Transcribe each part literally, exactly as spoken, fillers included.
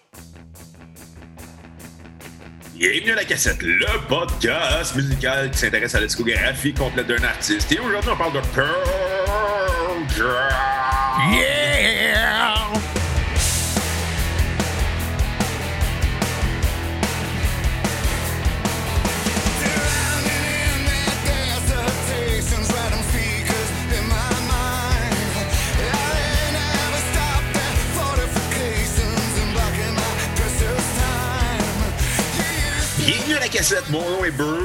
Bienvenue à La Cassette, le podcast musical qui s'intéresse à la discographie complète d'un artiste. Et aujourd'hui, on parle de Pearl Jam. Yeah! Bienvenue à La Cassette, mon nom est Bruno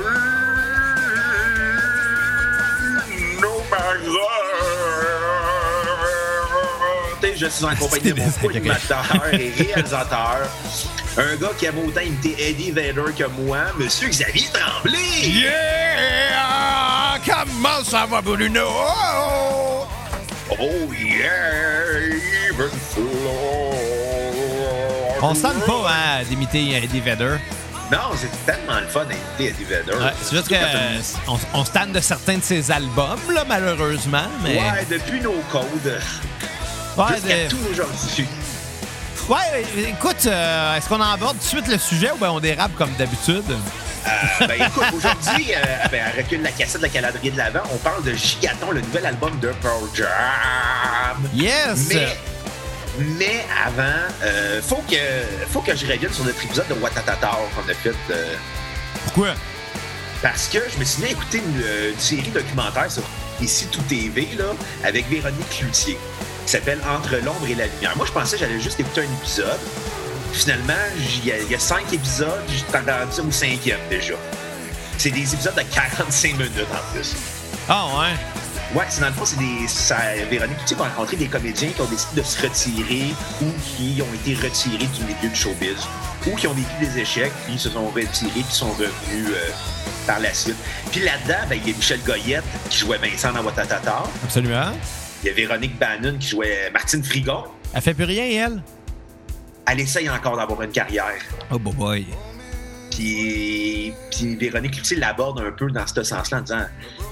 Marotte. Je suis en compagnie de mon co-animateur et réalisateur, un gars qui aime autant imiter Eddie Vedder que moi, Monsieur Xavier Tremblay. Yeah! Comment ça va, Bruno? Oh, oh yeah! Even floor. On s'en pas hein, d'imiter Eddie Vedder. Non, c'est tellement le fun d'imiter Eddie Vedder. Ouais, c'est juste qu'on on, on se tanne de certains de ses albums, là, malheureusement. Mais... Ouais, depuis nos codes. Ouais, jusqu'à de... tout aujourd'hui. Ouais, écoute, euh, est-ce qu'on aborde tout de suite le sujet ou bien on dérape comme d'habitude? Euh, ben écoute, aujourd'hui, euh, ben, à recul de la cassette de la calendrier de l'Avent, on parle de Gigaton, le nouvel album de Pearl Jam. Yes! Mais, mais avant, euh, faut que faut que je revienne sur notre épisode de Watatata qu'on a fait. Euh, Pourquoi? Parce que je me suis mis à écouter une, une série documentaire sur Ici Tout T V là, avec Véronique Cloutier, qui s'appelle Entre l'ombre et la lumière. Moi, je pensais que j'allais juste écouter un épisode. Finalement, il y, y a cinq épisodes, j'étais rendu au cinquième déjà. C'est des épisodes de quarante-cinq minutes en plus. Ah ouais? Ouais, c'est dans le fond, c'est des. Ça, Véronique Cloutier a rencontré des comédiens qui ont décidé de se retirer ou qui ont été retirés du milieu du showbiz ou qui ont vécu des échecs puis se sont retirés puis sont revenus euh, par la suite. Puis là-dedans, ben, il y a Michel Goyette qui jouait Vincent dans Watatata. Absolument. Il y a Véronique Bannon qui jouait Martine Frigon. Elle fait plus rien, elle? Elle essaye encore d'avoir une carrière. Oh, boy, boy. Puis, puis Véronique Cloutier l'aborde un peu dans ce sens-là en disant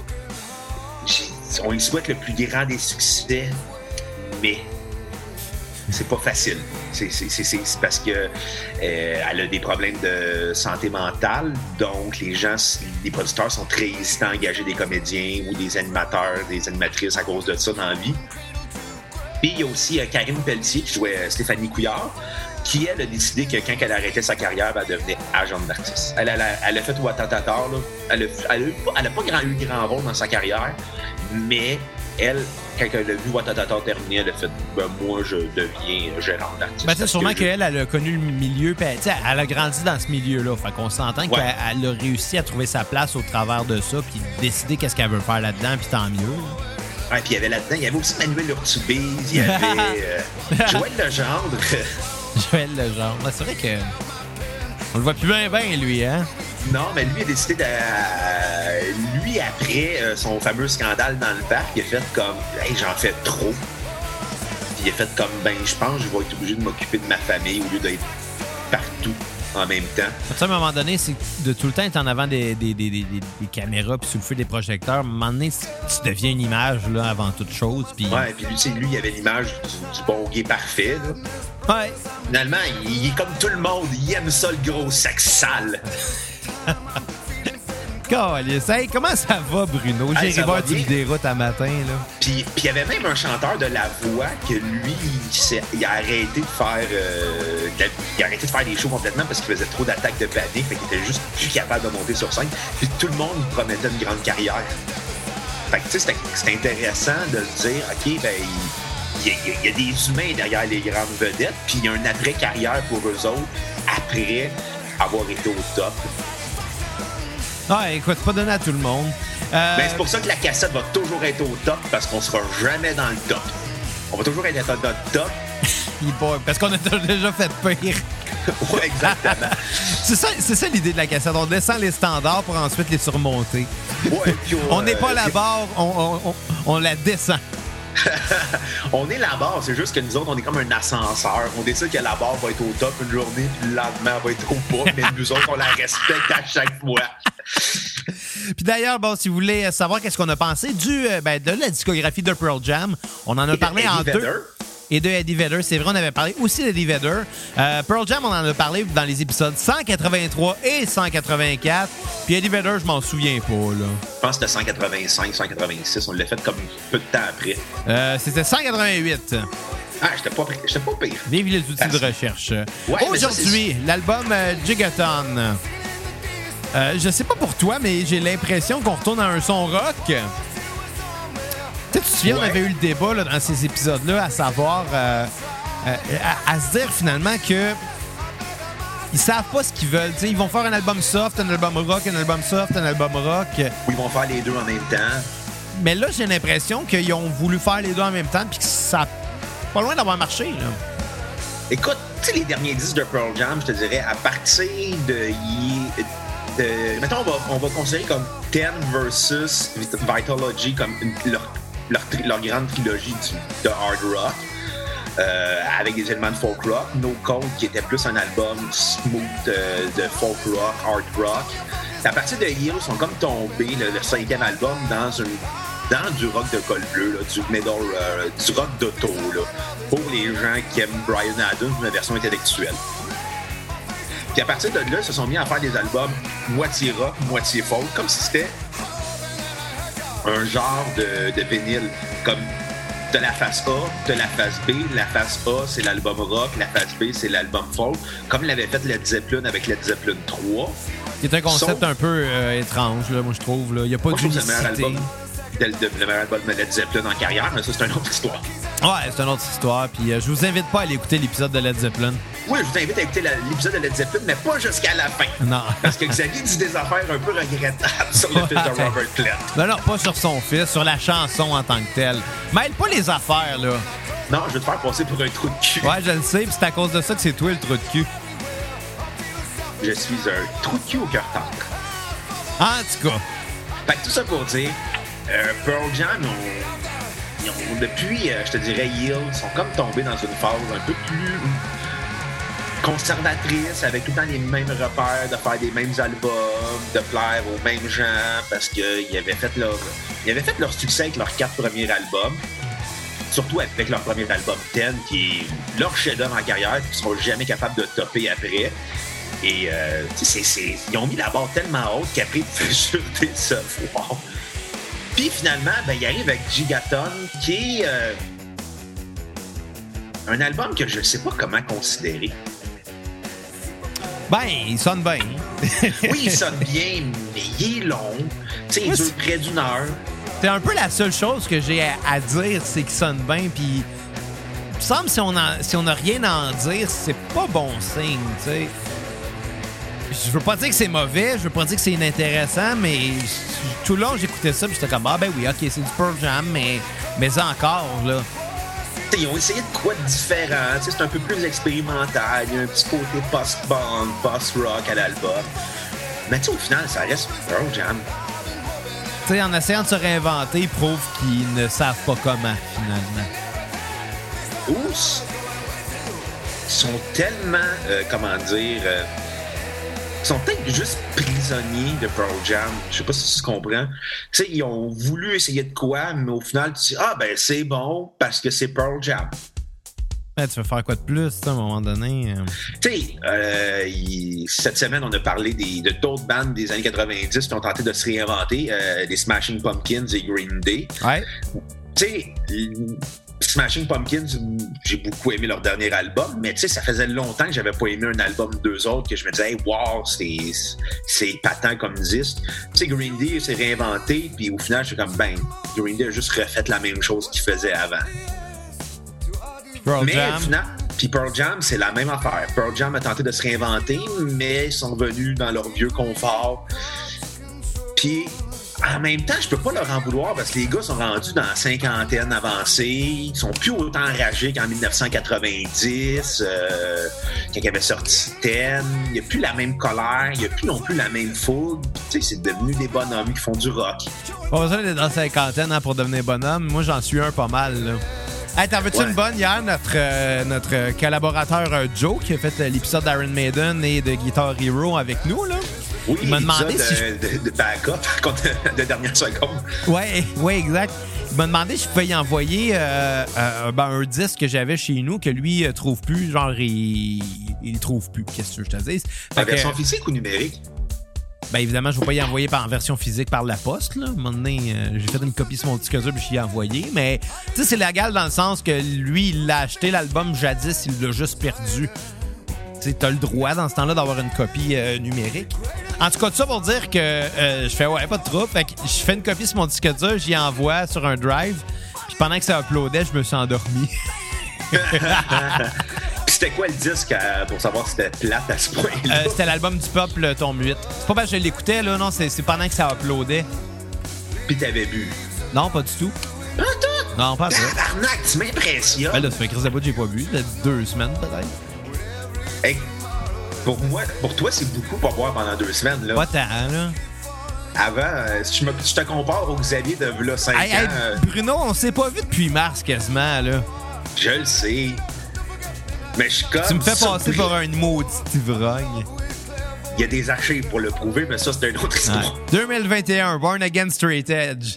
on lui souhaite le plus grand des succès, mais c'est pas facile. C'est, c'est, c'est, c'est parce que euh, elle a des problèmes de santé mentale, donc les gens, les producteurs sont très hésitants à engager des comédiens ou des animateurs, des animatrices à cause de ça dans la vie. Puis il y a aussi euh, Karine Pelletier qui jouait euh, Stéphanie Couillard, qui, elle, a décidé que quand elle arrêtait sa carrière, elle devenait agente d'artiste. Elle, elle, a, elle a fait Watatata, là. Elle a, elle a, eu, elle a pas grand, eu grand rôle dans sa carrière, mais elle, quand elle a vu Watatata terminer, elle a fait ben, moi, je deviens gérante d'artiste. Ben, tu sais, sûrement qu'elle, je... elle a connu le milieu, puis elle, elle a grandi dans ce milieu-là. Fait qu'on s'entend ouais. qu'elle elle a réussi à trouver sa place au travers de ça, puis décider qu'est-ce qu'elle veut faire là-dedans, puis tant mieux. Ouais, puis il y avait là-dedans, il y avait aussi Manuel Urtubise, il y avait euh, Joël Legendre. Joël Legendre. Ben, c'est vrai que on le voit plus bien, bien, lui, hein? Non, mais lui a décidé de. Euh, lui, après euh, son fameux scandale dans le parc, il a fait comme hey, j'en fais trop. Puis il a fait comme ben, je pense que je vais être obligé de m'occuper de ma famille au lieu d'être partout en même temps. À un moment donné, c'est de tout le temps être en avant des, des, des, des, des caméras puis sous le feu des projecteurs. À un moment donné, tu deviens une image là, avant toute chose. Puis... Ouais, puis lui, tu sais, lui, il avait l'image du, du bon gay parfait. Là. Ouais. Finalement, il, il est comme tout le monde. Il aime ça, le gros sexe sale. Hey, comment ça va, Bruno? J'ai hey, voir du déroute à matin. Là. Puis il y avait même un chanteur de La Voix que lui, il, il a arrêté de faire euh, il a arrêté de faire des shows complètement parce qu'il faisait trop d'attaques de panique. Fait qu'il était juste plus capable de monter sur scène. Puis tout le monde lui promettait une grande carrière. Fait que tu sais, c'était, c'était intéressant de se dire, OK, ben il, il, y a, il y a des humains derrière les grandes vedettes, puis il y a une après-carrière pour eux autres après avoir été au top. Ah, écoute, pas donné à tout le monde. Euh... Ben, c'est pour ça que la cassette va toujours être au top, parce qu'on sera jamais dans le top. On va toujours être dans le top. Parce qu'on a déjà fait pire. Oui, exactement. c'est, ça, c'est ça l'idée de la cassette. On descend les standards pour ensuite les surmonter. Ouais, puis on, on n'est pas la barre, on, on, on, on la descend. On est la barre, c'est juste que nous autres, on est comme un ascenseur. On décide que la barre va être au top une journée, puis le lendemain, elle va être au bas, mais nous autres, on la respecte à chaque fois. Puis d'ailleurs, bon, si vous voulez savoir qu'est-ce qu'on a pensé du, ben, de la discographie de Pearl Jam, on en a Et parlé en Vedder. deux. et de Eddie Vedder. C'est vrai, on avait parlé aussi d'Eddie Vedder. Euh, Pearl Jam, on en a parlé dans les épisodes cent quatre-vingt-trois et cent quatre-vingt-quatre. Puis Eddie Vedder, je m'en souviens pas, là. Je pense que c'était cent quatre-vingt-cinq, cent quatre-vingt-six. On l'a fait comme peu de temps après. Euh, c'était cent quatre-vingt-huit. Ah, j'étais pas, j'étais pas pire. Vive les outils Merci. de recherche. Ouais, aujourd'hui, l'album euh, Gigaton. Euh, je sais pas pour toi, mais j'ai l'impression qu'on retourne à un son rock. Tu sais, tu te souviens, ouais. on avait eu le débat là, dans ces épisodes-là, à savoir, euh, euh, à, à se dire finalement que ils savent pas ce qu'ils veulent. T'sais, ils vont faire un album soft, un album rock, un album soft, un album rock. Ou ils vont faire les deux en même temps. Mais là, j'ai l'impression qu'ils ont voulu faire les deux en même temps puis que ça pas loin d'avoir marché, là. Écoute, tu sais, les derniers disques de Pearl Jam, je te dirais, à partir de... de mettons, on va, on va considérer comme Ten versus Vitalogy comme une, leur, leur, leur grande trilogie du, de hard rock, euh, avec des éléments de folk rock. No Code, qui était plus un album smooth euh, de folk rock, hard rock. À partir de Yield, ils sont comme tombés, le, le cinquième album, dans une dans du rock de col bleu, là, du middle, euh, du rock d'auto, là, pour les gens qui aiment Bryan Adams, une version intellectuelle. Puis à partir de là, ils se sont mis à faire des albums moitié rock, moitié folk, comme si c'était un genre de, de vinyle, comme de la face A, de la face B. La face A, c'est l'album rock, la face B, c'est l'album folk, comme l'avait fait Led Zeppelin avec Led Zeppelin trois. C'est un concept Son... un peu euh, étrange, là, moi je trouve. Il n'y a pas d'unicité. Le, le, le meilleur album de Led Zeppelin en carrière, mais ça, c'est une autre histoire. Ouais, c'est une autre histoire. Puis euh, je vous invite pas à aller écouter l'épisode de Led Zeppelin. Oui, je vous invite à écouter la, l'épisode de Led Zeppelin, mais pas jusqu'à la fin. Non. Parce que Xavier dit des affaires un peu regrettables sur le fils de Robert Plant. Non, non, pas sur son fils, sur la chanson en tant que telle. Mêle pas les affaires, là. Non, je vais te faire passer pour un trou de cul. Ouais, je le sais, puis c'est à cause de ça que c'est toi le trou de cul. Je suis un trou de cul au cœur tendre. En tout cas. Fait que tout ça pour dire... Euh, Pearl Jam, ont, ils ont, depuis, euh, je te dirais, Yield, ils sont comme tombés dans une phase un peu plus conservatrice, avec tout le temps les mêmes repères, de faire des mêmes albums, de plaire aux mêmes gens, parce qu'ils avaient fait leur, ils avaient fait leur succès avec leurs quatre premiers albums, surtout avec leur premier album Ten, qui est leur chef-d'œuvre en carrière, qu'ils ne seront jamais capables de topper après. Et euh, c'est, c'est, ils ont mis la barre tellement haute qu'après, ils pouvaient juste décevoir. Puis finalement, ben, il arrive avec Gigaton, qui est euh, un album que je ne sais pas comment considérer. Ben, il sonne bien. Oui, il sonne bien, mais il est long. Tu sais, il dure près d'une heure. C'est un peu la seule chose que j'ai à, à dire, c'est qu'il sonne bien. Puis, il me semble si on a, si on n'a rien à en dire, c'est pas bon signe, tu sais. Je veux pas dire que c'est mauvais, je veux pas dire que c'est inintéressant, mais tout le long, j'écoutais ça, puis j'étais comme, ah ben oui, ok, c'est du Pearl Jam, mais, mais encore, là. T'sais, ils ont essayé de quoi de différent, t'sais, c'est un peu plus expérimental, il y a un petit côté post-punk, post-rock à l'album. Mais tu sais, au final, ça reste Pearl Jam. Tu sais, en essayant de se réinventer, ils prouvent qu'ils ne savent pas comment, finalement. Ou ils sont tellement, euh, comment dire... Euh, Ils sont peut-être juste prisonniers de Pearl Jam. Je sais pas si tu comprends. Tu sais, ils ont voulu essayer de quoi, mais au final, tu dis, ah, ben, c'est bon parce que c'est Pearl Jam. Ouais, tu veux faire quoi de plus, à un moment donné? Tu sais, euh, il... cette semaine, on a parlé des... de d'autres bandes des années quatre-vingt-dix qui ont tenté de se réinventer, euh, les Smashing Pumpkins et Green Day. Ouais. Tu sais, Smashing Pumpkins, j'ai beaucoup aimé leur dernier album, mais tu sais, ça faisait longtemps que j'avais pas aimé un album d'eux autres, que je me disais, hey, wow, c'est, c'est patent comme disque. Tu sais, Green Day s'est réinventé, puis au final, je suis comme, ben, Green Day a juste refait la même chose qu'ils faisaient avant. Pearl mais Jam. Finalement, puis Pearl Jam, c'est la même affaire. Pearl Jam a tenté de se réinventer, mais ils sont venus dans leur vieux confort. Puis en même temps, je peux pas leur en vouloir parce que les gars sont rendus dans la cinquantaine avancée. Ils sont plus autant enragés qu'en dix-neuf cent quatre-vingt-dix, euh, quand ils avaient sorti Ten. Il n'y a plus la même colère, il n'y a plus non plus la même fougue. Tu sais, c'est devenu des bonhommes qui font du rock. Pas besoin d'être dans la cinquantaine hein, pour devenir bonhomme. Moi, j'en suis un pas mal, là. Hey, t'en veux-tu ouais. une bonne hier? Notre, euh, notre collaborateur euh, Joe, qui a fait euh, l'épisode d'Iron Maiden et de Guitar Hero avec nous, là. Oui, il m'a demandé si je... de, de backup contre de dernière seconde. Ouais, ouais, exact. Il m'a demandé si je pouvais y envoyer euh, euh, ben, un disque que j'avais chez nous que lui euh, trouve plus. Genre, il, il trouve plus. Qu'est-ce que je te dis? En version que, physique ou numérique? Ben évidemment, je ne vais pas y envoyer par, en version physique par la poste. Là. À un moment donné, euh, j'ai fait une copie sur mon disque dur puis je l'ai envoyé. Mais tu sais, c'est légal dans le sens que lui, il l'a acheté l'album jadis, il l'a juste perdu. Tu as le droit dans ce temps-là d'avoir une copie euh, numérique. En tout cas, tout ça pour dire que euh, je fais ouais, pas de trouble. Fait que je fais une copie sur mon disque dur, j'y envoie sur un drive. Puis pendant que ça uploadait, je me suis endormi. Puis c'était quoi le disque euh, pour savoir si c'était plate à ce point-là? Euh, c'était l'album du Pop, le tome huit. C'est pas parce que je l'écoutais, là, non, c'est, c'est pendant que ça uploadait. Puis t'avais bu? Non, pas du tout. Pas tout? Non, pas ça. Tabarnak, tu m'impressionnes. Ben là, ça fait crise de bout que j'ai pas bu. Ça fait deux semaines, peut-être. Hey, pour moi, pour toi, c'est beaucoup pour boire pendant deux semaines, là. Pas tant, là. Avant, euh, si je, me, je te compare au Xavier de là, cinq hey, ans... Hey, euh, Bruno, on s'est pas vu depuis mars, quasiment, là. Je le sais. Mais je suis comme... Tu me fais surpris. passer pour un maudit ivrogne. Il y a des archives pour le prouver, mais ça, c'est une autre histoire. Ouais. deux mille vingt et un, Born Again Straight Edge.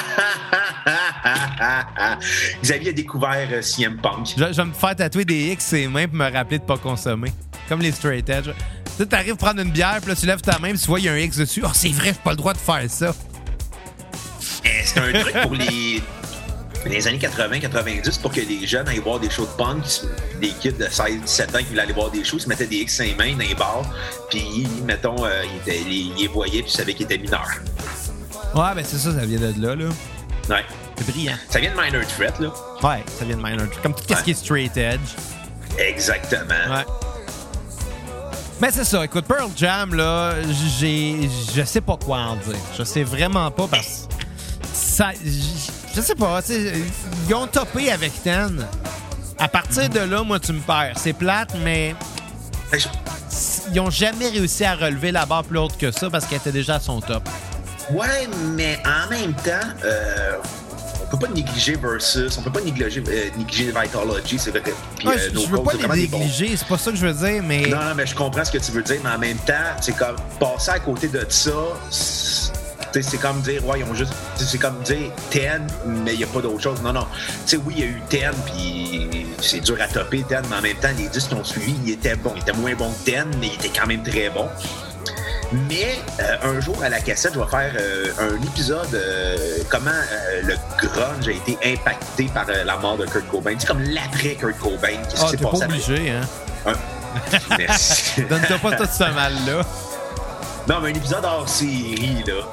Xavier a découvert euh, C M Punk. Je, je vais me faire tatouer des X sur les mains pour me rappeler de pas consommer. Comme les Straight Edge. Tu t'arrives à prendre une bière, puis là, tu lèves ta main, puis tu vois, il y a un X dessus. Oh, c'est vrai, j'ai pas le droit de faire ça. Eh, c'est un truc pour les... les années quatre-vingts quatre-vingt-dix pour que les jeunes aillent voir des shows de punk, des kids de seize dix-sept ans qui voulaient aller voir des shows, ils se mettaient des X sur les mains dans les bars, puis, mettons, euh, ils, étaient, les, ils les voyaient, puis ils savaient qu'ils étaient mineurs. Ouais, ben c'est ça, ça vient de là, là. Ouais. C'est brillant. Ça vient de Minor Threat, là. Ouais, ça vient de Minor Threat. Comme tout ouais. ce qui est Straight Edge. Exactement. Ouais. Mais c'est ça, écoute, Pearl Jam, là, j'ai... Je sais pas quoi en dire. Je sais vraiment pas parce que ça... Je sais pas, tu sais, ils ont topé avec Ten. À partir de là, moi, tu me perds. C'est plate, mais Je... ils ont jamais réussi à relever la barre plus haute que ça parce qu'elle était déjà à son top. Ouais, mais en même temps, euh, on peut pas négliger Versus, on peut pas négliger, euh, négliger Vitalogy, c'est vrai que... Puis, Ouais, euh, je, No je veux Code, pas c'est les vraiment des négliger, bons. c'est pas ça que je veux dire, mais... Non, non, mais je comprends ce que tu veux dire, mais en même temps, c'est comme passer à côté de ça... C'est, c'est comme dire, ouais, ils ont juste. C'est comme dire Ten, mais il n'y a pas d'autre chose. Non, non. Tu sais, oui, il y a eu Ten, puis c'est dur à topper, Ten, mais en même temps, les disques qui ont suivi, ils étaient bons. Ils étaient moins bons que Ten, mais ils étaient quand même très bons. Mais euh, un jour, à la cassette, je vais faire euh, un épisode euh, comment euh, le grunge a été impacté par euh, la mort de Kurt Cobain. C'est comme l'après Kurt Cobain. Qu'est-ce Ah, qui s'est t'es passé pas obligé, hein? Un... Merci. Donne-toi pas tout ce mal-là. Non, mais un épisode hors série, là.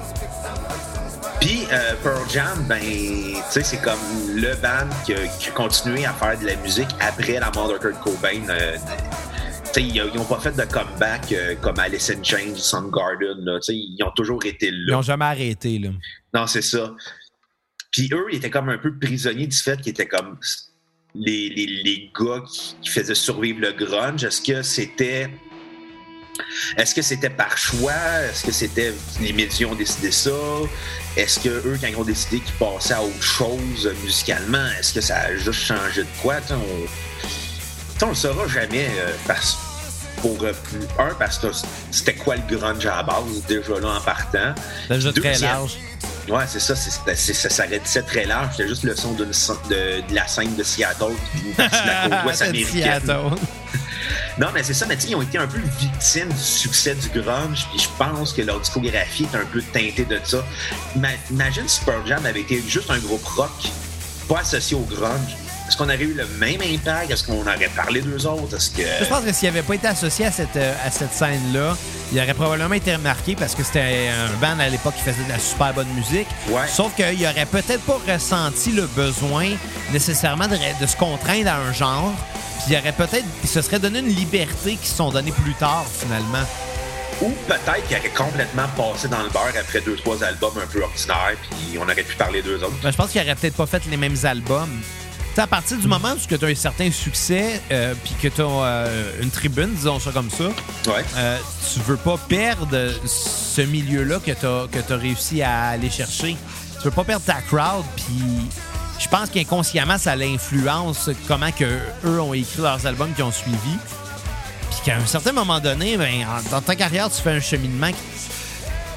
Puis euh, Pearl Jam, ben, tu sais, c'est comme le band qui a, qui a continué à faire de la musique après la mort de Kurt Cobain. Euh, tu sais, ils n'ont pas fait de comeback euh, comme Alice in Chains, Soundgarden, là. Tu sais, ils ont toujours été là. Ils n'ont jamais arrêté, là. Non, c'est ça. Puis eux, ils étaient comme un peu prisonniers du fait qu'ils étaient comme les, les, les gars qui, qui faisaient survivre le grunge. Est-ce que c'était... Est-ce que c'était par choix? Est-ce que c'était les médias ont décidé ça? Est-ce que eux, quand ils ont décidé qu'ils passaient à autre chose euh, musicalement, est-ce que ça a juste changé de quoi? T'sais, on T'sais, on le saura jamais. Euh, parce... Pour euh, un, parce que c'était quoi le grunge à la base, déjà là en partant. C'est déjà très Deuxième... large. Ouais, c'est ça, c'est, c'est, ça s'arrêtissait très large. C'était juste le son d'une, de, de la scène de Seattle puis de la côte ouest américaine. Non, mais c'est ça, mais tu sais, ils ont été un peu victimes du succès du grunge, puis je pense que leur discographie est un peu teintée de ça. Imagine si Pearl Jam avait été juste un groupe rock, pas associé au grunge. Est-ce qu'on aurait eu le même impact? Est-ce qu'on aurait parlé d'eux autres? Est-ce que... Je pense que s'il n'avait pas été associé à cette, à cette scène-là, il aurait probablement été remarqué parce que c'était un band à l'époque qui faisait de la super bonne musique. Ouais. Sauf qu'il aurait peut-être pas ressenti le besoin nécessairement de, de se contraindre à un genre. Puis il aurait peut-être... Il se serait donné une liberté qui se sont données plus tard, finalement. Ou peut-être qu'il aurait complètement passé dans le beurre après deux, trois albums un peu ordinaires, puis on aurait pu parler d'eux autres. Ben, je pense qu'il aurait peut-être pas fait les mêmes albums. T'sais, à partir du moment où tu as un certain succès euh, puis que tu as euh, une tribune, disons ça comme ça, ouais. euh, tu veux pas perdre ce milieu-là que tu as que t'as réussi à aller chercher. Tu veux pas perdre ta crowd, puis je pense qu'inconsciemment, ça l'influence comment que eux ont écrit leurs albums qui ont suivi. Puis qu'à un certain moment donné, ben, dans ta carrière, tu fais un cheminement qui...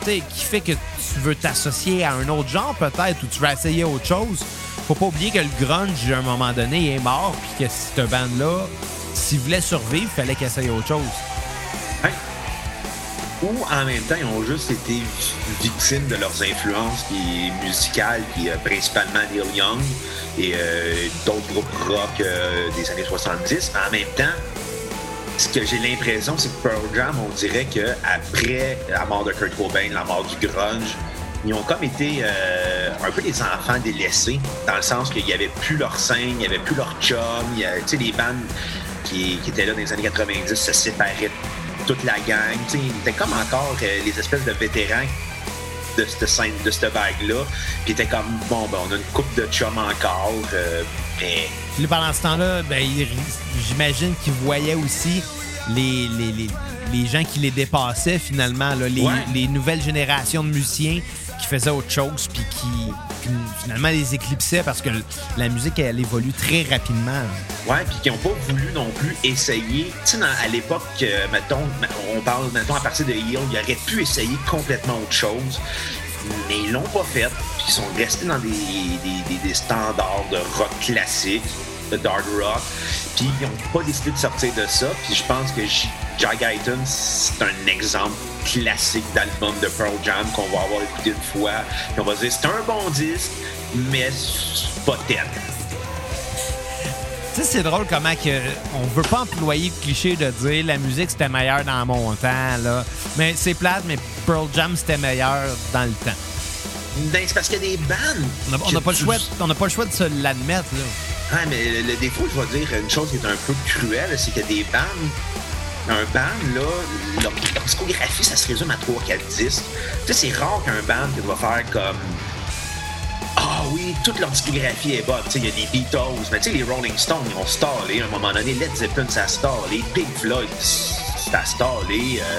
t'sais, qui fait que tu veux t'associer à un autre genre, peut-être, ou tu veux essayer autre chose. Faut pas oublier que le grunge, à un moment donné, est mort, puis que cette bande-là, s'ils voulaient survivre, il fallait qu'ils essayent autre chose. Hein? Ou en même temps, ils ont juste été victimes de leurs influences qui, musicales, qui euh, principalement Neil Young et euh, d'autres groupes rock euh, des années soixante-dix. Mais en même temps, ce que j'ai l'impression, c'est que Pearl Jam, on dirait qu'après la mort de Kurt Cobain, la mort du grunge, ils ont comme été euh, un peu des enfants délaissés, dans le sens qu'il n'y avait plus leur scène, il n'y avait plus leur chum, tu sais, les bandes qui, qui étaient là dans les années quatre-vingt-dix se séparaient toute la gang, tu sais, ils étaient comme encore euh, les espèces de vétérans de cette scène, de cette vague-là, puis ils étaient comme, bon, ben, on a une couple de chums encore, euh, mais... Puis pendant ce temps-là, ben, il, j'imagine qu'ils voyaient aussi les, les, les, les gens qui les dépassaient, finalement, là, les, ouais. les nouvelles générations de musiciens qui faisaient autre chose, puis qui, qui finalement les éclipsaient parce que la musique, elle évolue très rapidement. Ouais, puis qui n'ont pas voulu non plus essayer. Tu sais, à l'époque, euh, mettons, on parle, mettons, à partir de Hill, ils auraient pu essayer complètement autre chose, mais ils l'ont pas fait, puis ils sont restés dans des, des, des, des standards de rock classique, de dark rock, puis ils n'ont pas décidé de sortir de ça, puis je pense que Gigaton, c'est un exemple classique d'album de Pearl Jam qu'on va avoir écouté une fois, puis on va dire c'est un bon disque, mais c'est pas tel. Tu sais, c'est drôle comment que on veut pas employer le cliché de dire la musique c'était meilleur dans mon temps, là. Mais c'est plate, mais Pearl Jam c'était meilleur dans le temps. Ben, c'est parce qu'il y a des bandes. On n'a pas, pas le choix de se l'admettre, là. Ouais, mais le, le défaut, je vais dire une chose qui est un peu cruelle, c'est qu'il y a des bandes. Un band, là, leur, leur discographie, ça se résume à trois quatre disques. Tu sais, c'est rare qu'un band qui va faire comme. Ah oui, toute leur discographie est bonne. Tu sais, il y a des Beatles, mais tu sais, les Rolling Stones, ils ont stallé. À un moment donné, Led Zeppelin, ça a stallé. Pink Floyd, ça a stallé. Euh...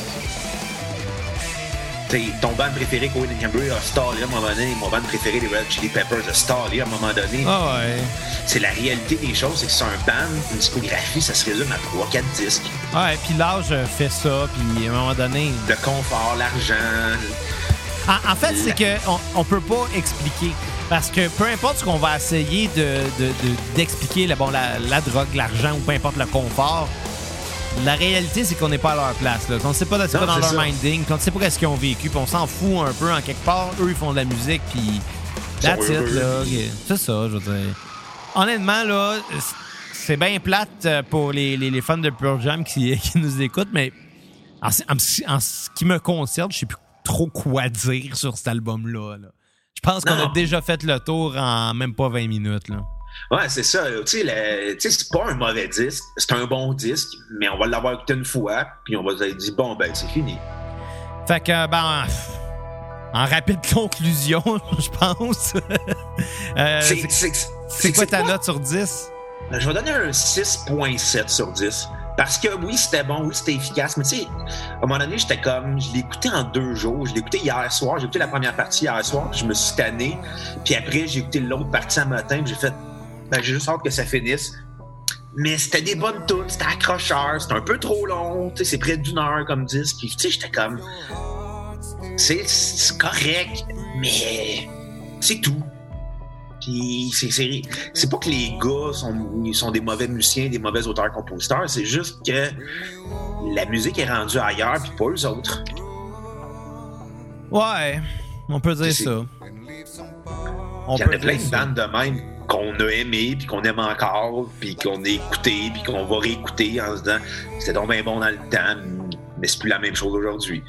Tu sais, ton band préféré, Coheed and Cambria, a stallé à un moment donné. Mon band préféré, les Red Chili Peppers, a stallé à un moment donné. Ah ouais. C'est la réalité des choses, c'est que c'est un band, une discographie, ça se résume à trois quatre disques. Ouais, puis l'âge fait ça, puis à un moment donné... Le confort, l'argent... En, en fait, c'est qu'on on peut pas expliquer. Parce que peu importe ce qu'on va essayer de, de, de, d'expliquer, là, bon, la, la drogue, l'argent ou peu importe le confort, la réalité, c'est qu'on n'est pas à leur place. Là. Qu'on ne sait pas, c'est non, pas dans c'est leur ça. minding, qu'on ne sait pas ce qu'ils ont vécu, puis on s'en fout un peu en quelque part. Eux, ils font de la musique, puis that's it, là. C'est ça, je veux dire. Honnêtement, là, c'est bien plate pour les, les, les fans de Pearl Jam qui, qui nous écoutent, mais en, en, en ce qui me concerne, je sais plus trop quoi dire sur cet album-là. Là. Je pense qu'on non. a déjà fait le tour en même pas vingt minutes. Là. Ouais, c'est ça. Tu sais, c'est pas un mauvais disque, c'est un bon disque, mais on va l'avoir écouté une fois, puis on va se dire, bon, ben, c'est fini. Fait que, ben, en rapide conclusion, je pense. euh, c'est, c'est, c'est, c'est quoi ta note sur dix? Je vais donner un six virgule sept sur dix. Parce que oui, c'était bon, oui, c'était efficace, mais tu sais, à un moment donné, j'étais comme, je l'ai écouté en deux jours. Je l'ai écouté hier soir, j'ai écouté la première partie hier soir, puis je me suis tanné. Puis après, j'ai écouté l'autre partie un matin, puis j'ai fait, ben, j'ai juste hâte que ça finisse. Mais c'était des bonnes tunes, c'était accrocheur, c'était un peu trop long, tu sais, c'est près d'une heure comme disque. Puis tu sais, j'étais comme, c'est, c'est correct, mais c'est tout. Puis c'est, c'est, c'est pas que les gars sont, ils sont des mauvais musiciens, des mauvais auteurs-compositeurs, c'est juste que la musique est rendue ailleurs, puis pas eux autres. Ouais, on peut dire c'est, ça. On Il y en a plein de bandes de même qu'on a aimé, puis qu'on aime encore, puis qu'on a écouté, puis qu'on va réécouter en se disant c'était donc bien bon dans le temps, mais c'est plus la même chose aujourd'hui.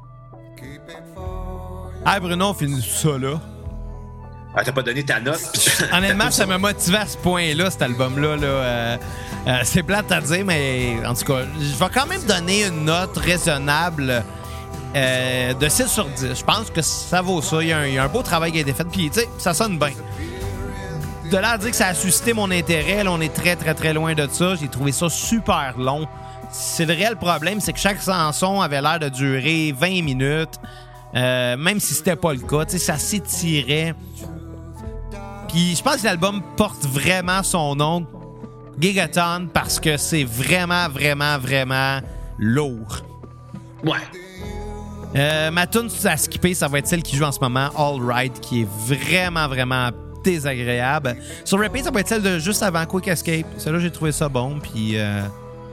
Ah, Bruno, on finit ça là. Ah, t'as pas donné ta note? Honnêtement, ça m'a motivé à ce point-là, cet album-là. Là. Euh, euh, c'est plate à dire, mais en tout cas, je vais quand même donner une note raisonnable euh, de six sur dix. Je pense que ça vaut ça. Il y a un, il y a un beau travail qui a été fait, puis tu sais, ça sonne bien. De là à dire que ça a suscité mon intérêt, là, on est très, très, très loin de ça. J'ai trouvé ça super long. C'est le réel problème, c'est que chaque chanson avait l'air de durer vingt minutes, euh, même si c'était pas le cas. Tu sais, ça s'étirait. Puis je pense que l'album porte vraiment son nom, Gigaton, parce que c'est vraiment, vraiment, vraiment lourd. Ouais. Euh, ma tune à skipper, ça va être celle qui joue en ce moment, All Right, qui est vraiment, vraiment désagréable. Sur repeat, ça va être celle de juste avant Quick Escape. Celle-là, j'ai trouvé ça bon, puis euh,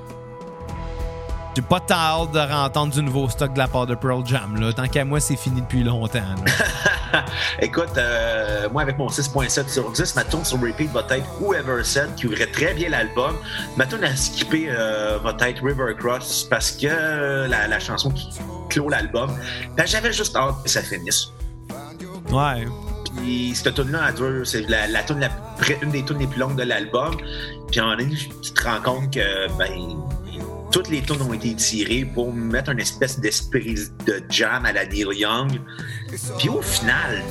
j'ai pas tant hâte de entendre du nouveau stock de la part de Pearl Jam. Là. Tant qu'à moi, c'est fini depuis longtemps. Écoute, euh, moi, avec mon six virgule sept sur dix, ma tune sur repeat va être Whoever Said, qui ouvrait très bien l'album. Ma tune à skipper euh, va être River Cross, parce que euh, la, la chanson qui clôt l'album, ben, j'avais juste hâte que ça finisse. Ouais. Puis cette tune-là, c'est la, la tune la, une des tunes les plus longues de l'album. Puis en ligne, tu te rends compte que ben, toutes les tunes ont été tirées pour mettre une espèce d'esprit de jam à la Neil Young. Puis au final,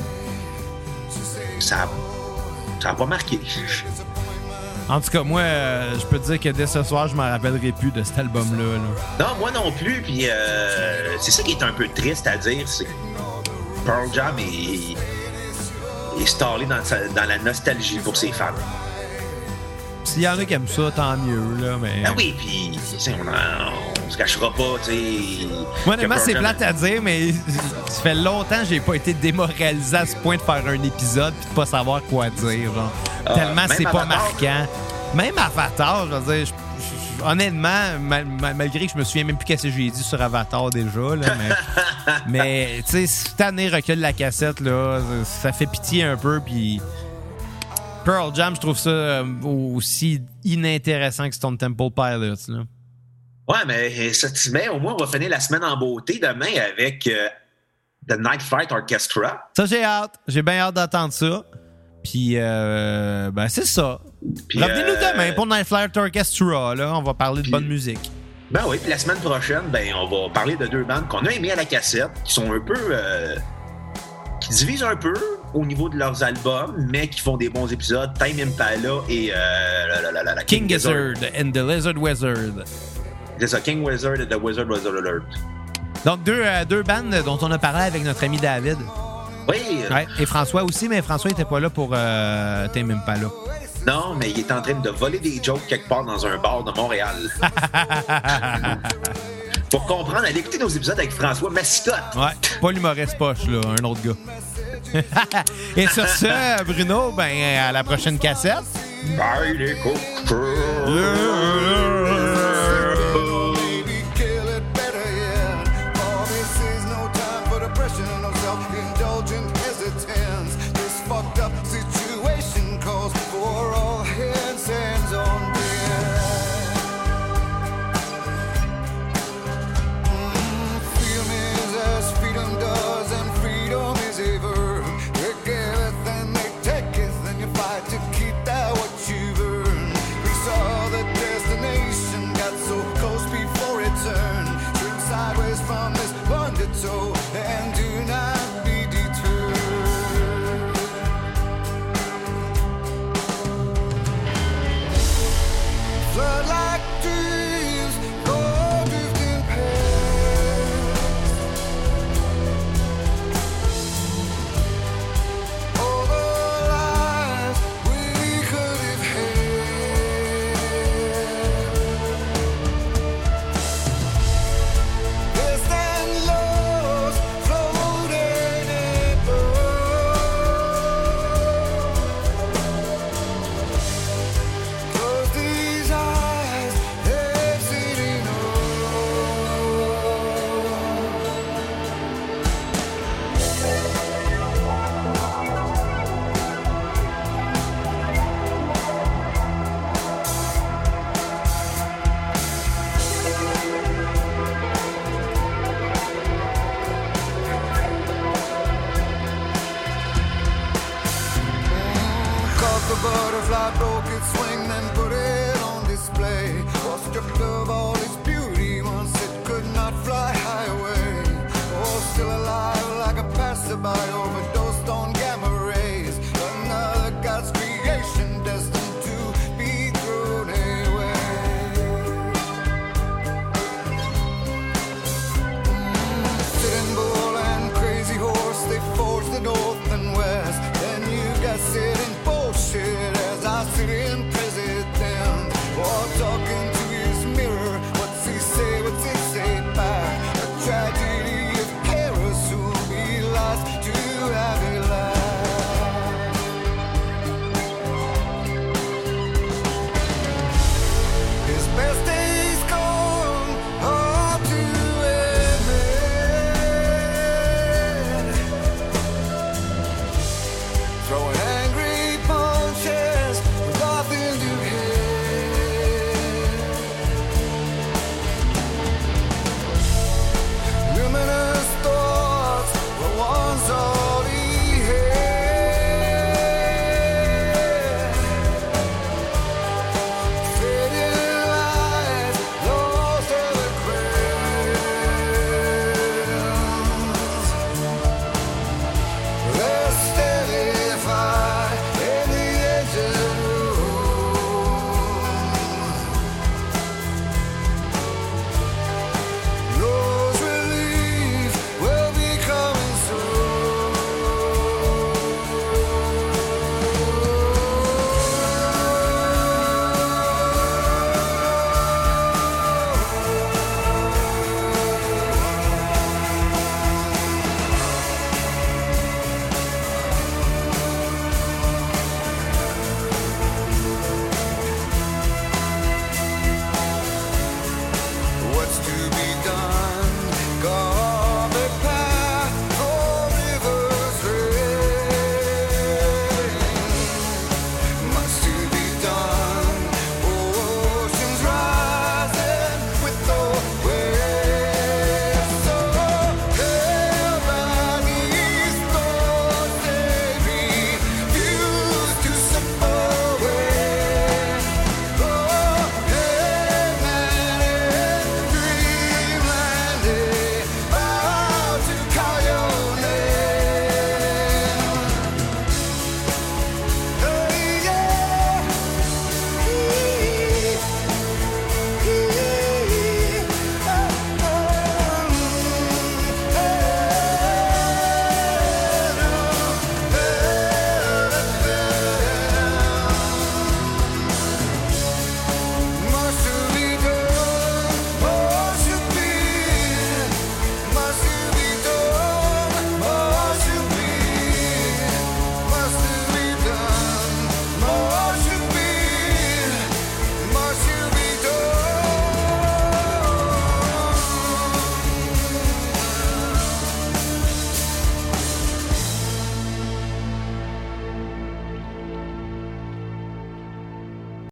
ça n'a pas marqué. En tout cas, moi, euh, je peux te dire que dès ce soir, je m'en rappellerai plus de cet album-là. Là. Non, moi non plus. Puis euh, c'est ça qui est un peu triste à dire, c'est que Pearl Jam est, est stallé dans, dans la nostalgie pour ses fans. S'il y en a qui aiment ça, tant mieux, là, mais... Ah oui, puis on, on se cachera pas, tu sais... Moi, honnêtement, c'est plate à dire, mais ça fait longtemps que j'ai pas été démoralisé à ce point de faire un épisode puis de pas savoir quoi dire, genre. Ah, tellement c'est pas marquant. Même Avatar, je veux dire, je, je, honnêtement, mal, mal, malgré que je me souviens même plus qu'est-ce que j'ai dit sur Avatar déjà, là, mais, mais tu sais, cette année recule la cassette, là, ça fait pitié un peu, puis... Pearl Jam, je trouve ça euh, aussi inintéressant que Stone Temple Pilots. Là. Ouais, mais, ça, mais au moins, on va finir la semaine en beauté demain avec euh, The Night Flight Orchestra. Ça, j'ai hâte. J'ai bien hâte d'entendre ça. Puis, euh, ben, c'est ça. Puis, revenez-nous euh, demain pour Night Flight Orchestra. Là. On va parler puis, de bonne musique. Ben oui, puis la semaine prochaine, ben, on va parler de deux bandes qu'on a aimées à la cassette, qui sont un peu... Euh, qui divisent un peu au niveau de leurs albums, mais qui font des bons épisodes. Time Impala et euh, la, la, la, la King, King Gizzard and the Lizard Wizard. C'est ça, King Wizard et The Wizard Wizard Alert. Donc, deux, euh, deux bandes dont on a parlé avec notre ami David. Oui. Ouais, et François aussi, mais François n'était pas là pour euh, Time Impala. Non, mais il est en train de voler des jokes quelque part dans un bar de Montréal. Pour comprendre, allez écouter nos épisodes avec François Massicotte. Ouais, pas l'humoriste poche, là, un autre gars. Et sur ce, Bruno, ben, à la prochaine cassette. Bye les coquins. By